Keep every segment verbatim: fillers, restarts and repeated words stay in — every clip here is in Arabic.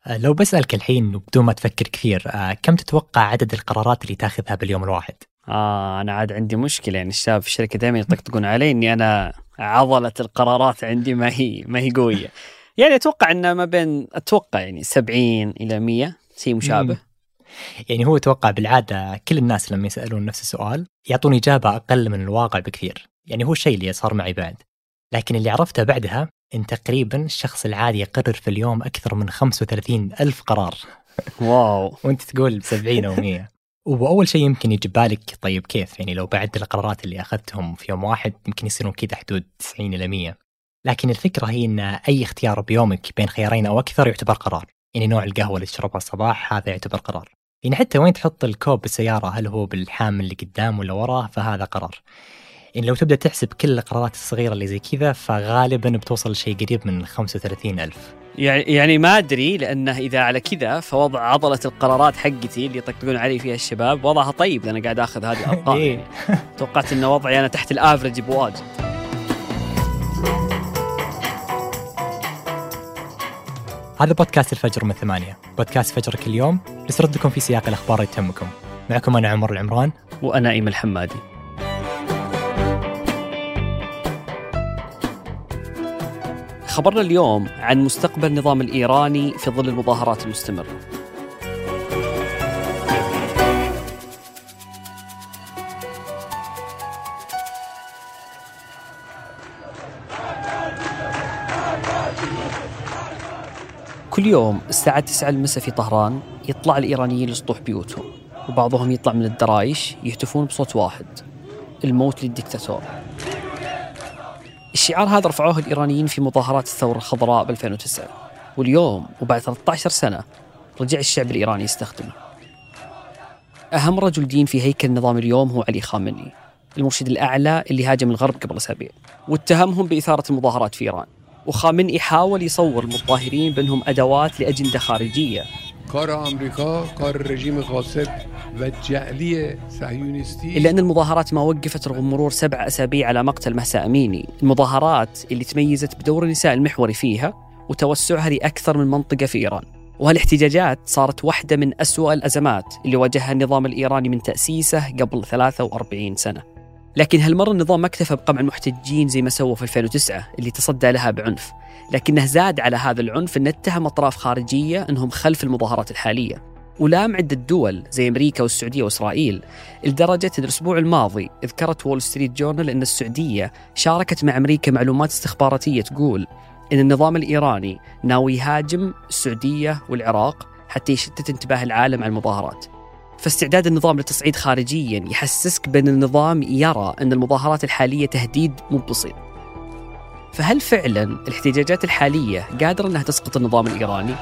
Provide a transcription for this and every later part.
لو بسألك الحين وبدون ما تفكر كثير، كم تتوقع عدد القرارات اللي تاخذها باليوم الواحد؟ آه أنا عاد عندي مشكلة، يعني الشباب في الشركة دائما يطقطقون علي إني أنا عضلة القرارات عندي ما هي ما هي قوية. يعني أتوقع إنه ما بين أتوقع يعني سبعين إلى مية شيء مشابه. يعني هو توقع بالعادة كل الناس لما يسألون نفس السؤال يعطون إجابة أقل من الواقع بكثير. يعني هو الشيء اللي صار معي بعد، لكن اللي عرفته بعدها إن تقريبا الشخص العادي يقرر في اليوم أكثر من خمسة وثلاثين ألف قرار. واو. وانت تقول سبعين أو مية. وأول شيء يمكن يجي بالك طيب كيف يعني لو بعد القرارات اللي أخذتهم في يوم واحد يمكن يصيرون كذا حدود تسعين إلى مية. لكن الفكرة هي إن أي اختيار بيومك بين خيارين أو أكثر يعتبر قرار. يعني نوع القهوة اللي تشربها الصباح هذا يعتبر قرار. يعني حتى وين تحط الكوب بالسيارة، هل هو بالحامل اللي قدام ولا وراه، فهذا قرار. يعني لو تبدأ تحسب كل القرارات الصغيرة اللي زي كذا فغالبا بتوصل لشيء قريب من خمسة وثلاثين ألف. يعني يعني ما أدري، لأنه إذا على كذا فوضع عضلة القرارات حقتي اللي يطقطقون علي فيها الشباب وضعها طيب، لأنا قاعد أخذ هذه الأرقام. يعني توقعت إن وضعي أنا تحت الأفرج بواجد. هذا بودكاست الفجر من ثمانية، بودكاست فجرك اليوم نسرد لكم في سياق الأخبار اللي تهمكم. معكم أنا عمر العمران وأنا إيم الحمادي. خبرنا اليوم عن مستقبل النظام الإيراني في ظل المظاهرات المستمرة. كل يوم الساعة تسعة المساء في طهران يطلع الإيرانيين لسطوح بيوتهم، وبعضهم يطلع من الدرايش يهتفون بصوت واحد: الموت للدكتاتور. الشعار هذا رفعوه الإيرانيين في مظاهرات الثورة الخضراء ب ألفين وتسعة، واليوم وبعد ثلاثة عشر سنة رجع الشعب الإيراني يستخدمه. أهم رجل دين في هيكل النظام اليوم هو علي خامنئي، المرشد الأعلى اللي هاجم الغرب قبل أسابيع واتهمهم بإثارة المظاهرات في إيران. وخامنئي حاول يصور المتظاهرين بأنهم أدوات لأجندة خارجية، كار أمريكا كار رجيم غاصب وجعلي صهيونستي. إلا أن المظاهرات ما وقفت رغم مرور سبع أسابيع على مقتل مهسا أميني، المظاهرات اللي تميزت بدور النساء المحوري فيها وتوسعها لأكثر من منطقة في إيران. وهالاحتجاجات صارت واحدة من أسوأ الأزمات اللي واجهها النظام الإيراني من تأسيسه قبل ثلاثة وأربعين سنة. لكن هالمرة النظام ما اكتفى بقمع المحتجين زي ما سووا في ألفين وتسعة اللي تصدى لها بعنف، لكنه زاد على هذا العنف أن اتهم أطراف خارجية أنهم خلف المظاهرات الحالية، ولام عدة دول زي أمريكا والسعودية وإسرائيل، لدرجة أن الأسبوع الماضي ذكرت وول ستريت جورنال أن السعودية شاركت مع أمريكا معلومات استخباراتية تقول أن النظام الإيراني ناوي يهاجم السعودية والعراق حتى يشتت انتباه العالم على المظاهرات. فاستعداد النظام للتصعيد خارجياً يحسسك بأن النظام يرى أن المظاهرات الحالية تهديد مو بسيط. فهل فعلاً الاحتجاجات الحالية قادرة أنها تسقط النظام الإيراني؟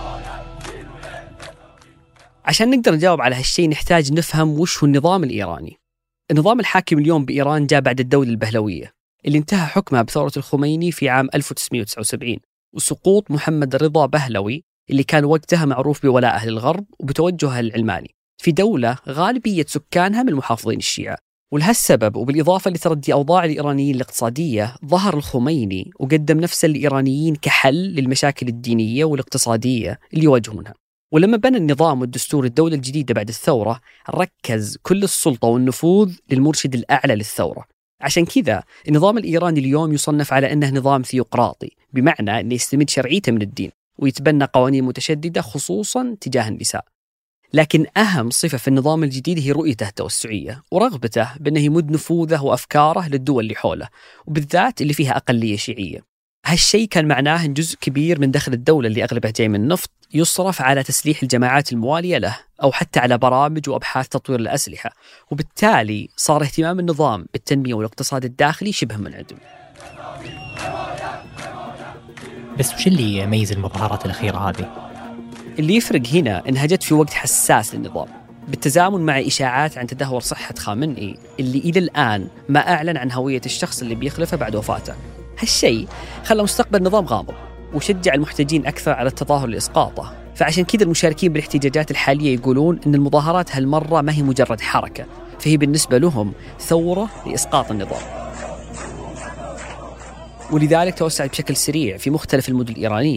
عشان نقدر نجاوب على هالشيء نحتاج نفهم وش هو النظام الإيراني. النظام الحاكم اليوم بإيران جاء بعد الدولة البهلوية اللي انتهى حكمها بثورة الخميني في عام ألف وتسعمائة وتسعة وسبعين وسقوط محمد رضا بهلوي اللي كان وقتها معروف بولاء أهل الغرب وبتوجهه العلماني في دولة غالبية سكانها من محافظين الشيعة. ولهالسبب وبالإضافة لتردي أوضاع الإيرانيين الاقتصادية ظهر الخميني وقدم نفسه للإيرانيين كحل للمشاكل الدينية والاقتصادية اللي يواجهونها. ولما بنى النظام والدستور الدولة الجديدة بعد الثورة ركز كل السلطة والنفوذ للمرشد الأعلى للثورة. عشان كذا النظام الإيراني اليوم يصنف على أنه نظام ثيوقراطي، بمعنى أنه يستمد شرعيته من الدين ويتبنى قوانين متشددة خصوصاً تجاه النساء. لكن أهم صفة في النظام الجديد هي رؤيته التوسعية ورغبته بأنه يمد نفوذه وأفكاره للدول اللي حوله وبالذات اللي فيها أقلية شيعية. هالشيء كان معناه أن جزء كبير من دخل الدولة اللي أغلبه جاي من النفط يصرف على تسليح الجماعات الموالية له أو حتى على برامج وأبحاث تطوير الأسلحة، وبالتالي صار اهتمام النظام بالتنمية والاقتصاد الداخلي شبه منعدم. بس وش اللي يميز المظاهرات الأخيرة هذه؟ اللي يفرق هنا إنها جت في وقت حساس للنظام بالتزامن مع إشاعات عن تدهور صحة خامنئي اللي إلى الآن ما أعلن عن هوية الشخص اللي بيخلفه بعد وفاته. هالشيء خلى مستقبل النظام غامض وشجع المحتجين أكثر على التظاهر لإسقاطه. فعشان كذا المشاركين بالاحتجاجات الحالية يقولون إن المظاهرات هالمرة ما هي مجرد حركة، فهي بالنسبة لهم ثورة لإسقاط النظام. ولذلك توسعت بشكل سريع في مختلف المدن الإيرانية،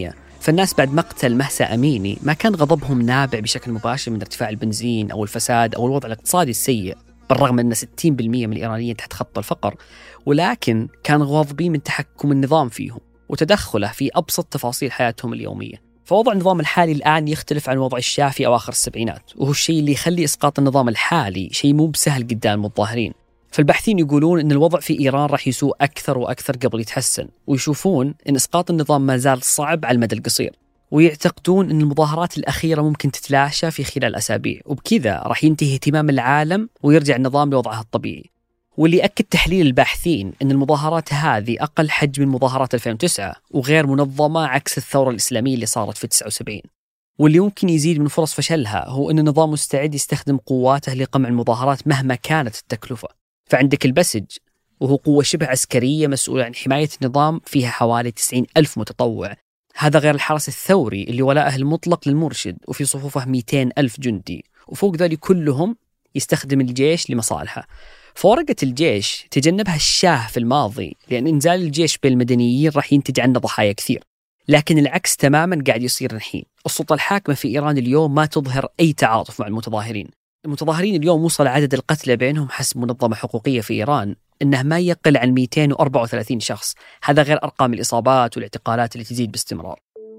فالناس بعد مقتل مهسا أميني ما كان غضبهم نابع بشكل مباشر من ارتفاع البنزين أو الفساد أو الوضع الاقتصادي السيء، بالرغم أن ستين بالمئة من الإيرانيين تحت خط الفقر، ولكن كانوا غاضبين من تحكم النظام فيهم وتدخله في أبسط تفاصيل حياتهم اليومية. فوضع النظام الحالي الآن يختلف عن وضع الشاه أواخر السبعينات، وهو الشيء اللي يخلي إسقاط النظام الحالي شيء مو بسهل قدام المتظاهرين. فالباحثين يقولون أن الوضع في إيران راح يسوء أكثر وأكثر قبل يتحسن، ويشوفون أن إسقاط النظام ما زال صعب على المدى القصير، ويعتقدون أن المظاهرات الأخيرة ممكن تتلاشى في خلال أسابيع، وبكذا راح ينتهي اهتمام العالم ويرجع النظام لوضعه الطبيعي. واللي أكد تحليل الباحثين أن المظاهرات هذه أقل حجم من مظاهرات ألفين وتسعة وغير منظمة عكس الثورة الإسلامية اللي صارت في تسعة وسبعين. واللي ممكن يزيد من فرص فشلها هو أن النظام مستعد يستخدم قواته لقمع المظاهرات مهما كانت التكلفة. فعندك البسج، وهو قوة شبه عسكرية مسؤولة عن حماية النظام، فيها حوالي تسعين ألف متطوع. هذا غير الحرس الثوري اللي ولاءه المطلق للمرشد وفي صفوفه مئتين ألف جندي، وفوق ذلك كلهم يستخدم الجيش لمصالحه. فورقة الجيش تجنبها الشاه في الماضي، لأن إنزال الجيش بين المدنيين راح ينتج عنه ضحايا كثير، لكن العكس تماما قاعد يصير الحين. السلطة الحاكمة في إيران اليوم ما تظهر أي تعاطف مع المتظاهرين. المتظاهرين اليوم وصل عدد القتلى بينهم حسب منظمة حقوقية في إيران أنه ما يقل عن مئتين وأربعة وثلاثين شخص، هذا غير أرقام الإصابات والاعتقالات اللي تزيد باستمرار.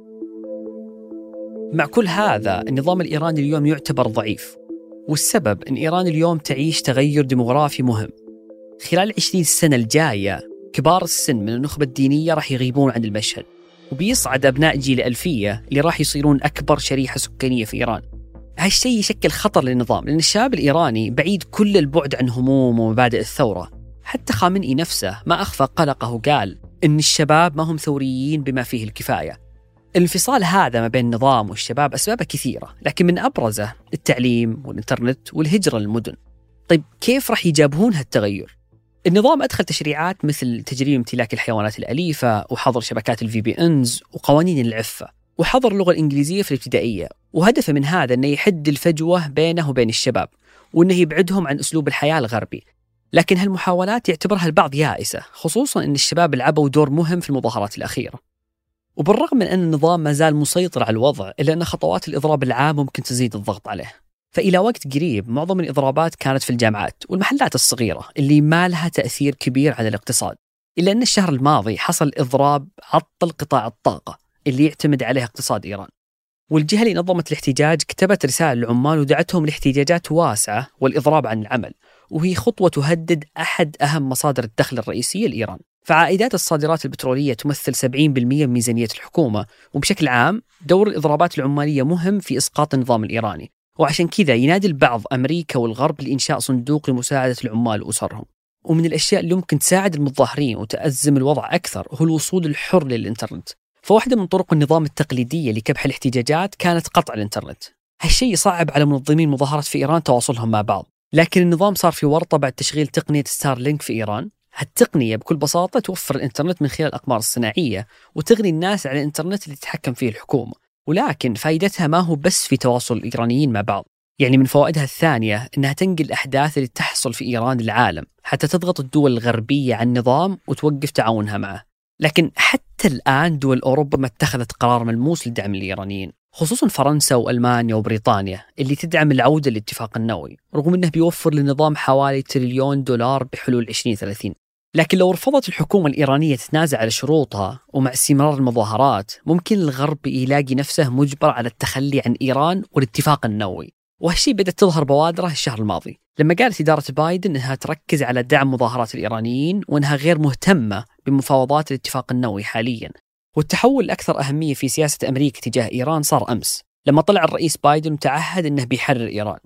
مع كل هذا النظام الإيراني اليوم يعتبر ضعيف، والسبب أن إيران اليوم تعيش تغير ديموغرافي مهم. خلال العشرين سنة الجاية كبار السن من النخبة الدينية راح يغيبون عن المشهد، وبيصعد أبناء جيل ألفية اللي راح يصيرون أكبر شريحة سكانية في إيران. هالشيء يشكل خطر للنظام، لأن الشاب الإيراني بعيد كل البعد عن هموم ومبادئ الثورة. حتى خامنئي نفسه ما أخفى قلقه وقال إن الشباب ما هم ثوريين بما فيه الكفاية. الانفصال هذا ما بين النظام والشباب أسبابه كثيرة، لكن من أبرزه التعليم والإنترنت والهجرة للمدن. طيب كيف راح يجابهون هالتغير؟ النظام أدخل تشريعات مثل تجريم امتلاك الحيوانات الأليفة، وحظر شبكات الفي بي إنز، وقوانين العفة، وحظر اللغة الإنجليزية في الابتدائية. وهدفه من هذا أنه يحد الفجوة بينه وبين الشباب، وأنه يبعدهم عن أسلوب الحياة الغربي. لكن هالمحاولات يعتبرها البعض يائسة، خصوصاً أن الشباب لعبوا دور مهم في المظاهرات الأخيرة. وبالرغم من أن النظام ما زال مسيطر على الوضع، إلا أن خطوات الإضراب العام ممكن تزيد الضغط عليه. فإلى وقت قريب معظم الإضرابات كانت في الجامعات والمحلات الصغيرة اللي ما لها تأثير كبير على الاقتصاد. إلا أن الشهر الماضي حصل إضراب عطل قطاع الطاقة اللي يعتمد عليه اقتصاد إيران. والجهة اللي نظمت الاحتجاج كتبت رسالة للعمال ودعتهم لاحتجاجات واسعة والإضراب عن العمل، وهي خطوة تهدد أحد أهم مصادر الدخل الرئيسية لإيران. فعائدات الصادرات البترولية تمثل سبعين بالمئة من ميزانية الحكومة، وبشكل عام دور الإضرابات العمالية مهم في إسقاط النظام الإيراني. وعشان كذا ينادي البعض أمريكا والغرب لإنشاء صندوق لمساعدة العمال وأسرهم. ومن الأشياء اللي ممكن تساعد المتظاهرين وتأزم الوضع أكثر هو الوصول الحر للإنترنت. فواحدة من طرق النظام التقليدية لكبح الاحتجاجات كانت قطع الإنترنت. هالشيء صعب على منظمين المظاهرات في إيران تواصلهم مع بعض، لكن النظام صار في ورطة بعد تشغيل تقنية ستار لينك في إيران. هالتقنية بكل بساطة توفر الإنترنت من خلال الأقمار الصناعية وتغني الناس على الإنترنت اللي تتحكم فيه الحكومة. ولكن فائدتها ما هو بس في تواصل الإيرانيين مع بعض، يعني من فوائدها الثانية أنها تنقل الأحداث اللي تحصل في إيران للعالم، حتى تضغط الدول الغربية على النظام وتوقف تعاونها معه. لكن حتى الآن دول أوروبا ما اتخذت قرار ملموس لدعم الإيرانيين، خصوصا فرنسا وألمانيا وبريطانيا اللي تدعم العودة للاتفاق النووي، رغم أنه بيوفر للنظام حوالي تريليون دولار بحلول عشرين ثلاثين. لكن لو رفضت الحكومة الإيرانية تتنازل على شروطها ومع استمرار المظاهرات، ممكن الغرب يلاقي نفسه مجبر على التخلي عن إيران والاتفاق النووي. وهالشيء بدأت تظهر بوادره الشهر الماضي لما قالت إدارة بايدن أنها تركز على دعم مظاهرات الإيرانيين وأنها غير مهتمة بمفاوضات الاتفاق النووي حاليا. والتحول الأكثر أهمية في سياسة أمريكا تجاه إيران صار أمس لما طلع الرئيس بايدن وتعهد أنه بيحرر إيران.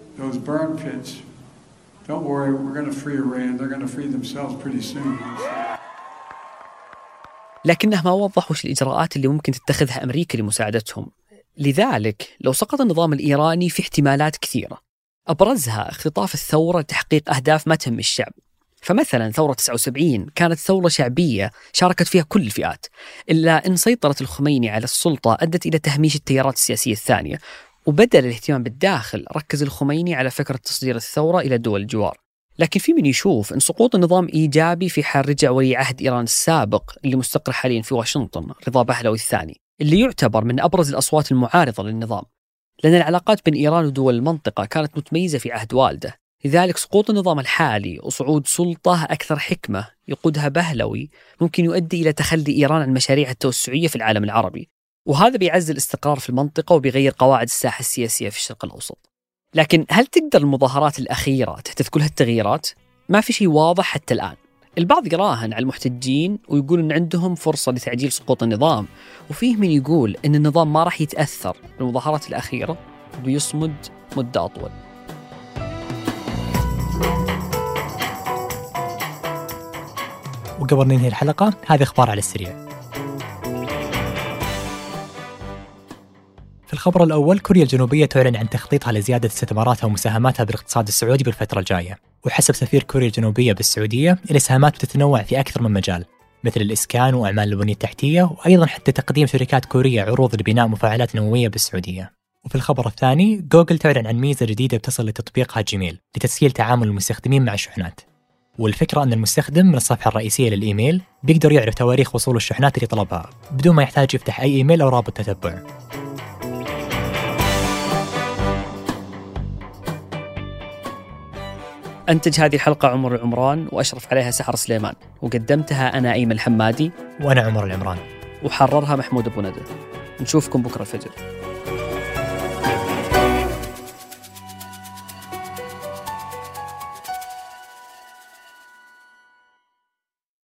Don't worry, we're going to free Iran. They're going to free themselves pretty soon. لكنه ما وضح وش الإجراءات اللي ممكن تتخذها أمريكا لمساعدتهم. لذلك لو سقط النظام الإيراني في احتمالات كثيرة، أبرزها اختطاف الثورة لتحقيق أهداف ما تهم الشعب. فمثلا ثورة تسعة وسبعين كانت ثورة شعبية شاركت فيها كل الفئات، إلا أن سيطرة الخميني على السلطة أدت إلى تهميش التيارات السياسية الثانية. وبدل الاهتمام بالداخل ركز الخميني على فكرة تصدير الثورة إلى دول الجوار. لكن في من يشوف أن سقوط النظام إيجابي في حال رجع ولي عهد إيران السابق اللي مستقر حاليا في واشنطن، رضا بهلوي الثاني، اللي يعتبر من أبرز الأصوات المعارضة للنظام، لأن العلاقات بين إيران ودول المنطقة كانت متميزة في عهد والده. لذلك سقوط النظام الحالي وصعود سلطة أكثر حكمة يقودها بهلوي ممكن يؤدي إلى تخلي إيران عن مشاريع التوسعية في العالم العربي، وهذا بيعزز الاستقرار في المنطقة وبيغير قواعد الساحة السياسية في الشرق الأوسط. لكن هل تقدر المظاهرات الأخيرة تحدث كل هالتغييرات؟ ما في شيء واضح حتى الآن. البعض يراهن على المحتجين ويقول أن عندهم فرصة لتعجيل سقوط النظام، وفيه من يقول أن النظام ما راح يتأثر بالمظاهرات الأخيرة ويصمد مدة أطول. وقبل ننهي الحلقة، هذه أخبار على السريع. في الخبر الأول، كوريا الجنوبية تعلن عن تخطيطها لزيادة استثماراتها ومساهماتها بالاقتصاد السعودي بالفترة الجاية. وحسب سفير كوريا الجنوبية بالسعودية، الإسهامات بتتنوع في أكثر من مجال، مثل الإسكان وأعمال البنية التحتية، وأيضا حتى تقديم شركات كورية عروض لبناء مفاعلات نووية بالسعودية. وفي الخبر الثاني، جوجل تعلن عن ميزة جديدة بتصل لتطبيقها جيميل لتسهيل تعامل المستخدمين مع الشحنات. والفكرة أن المستخدم من الصفحة الرئيسية للإيميل بيقدر يعرف تواريخ وصول الشحنات اللي طلبها بدون ما يحتاج يفتح أي إيميل أو رابط تتبع. أنتج هذه الحلقة عمر العمران، وأشرف عليها سحر سليمان، وقدمتها أنا أيمن الحمادي، وأنا عمر العمران، وحررها محمود أبو ندى. نشوفكم بكرة الفجر.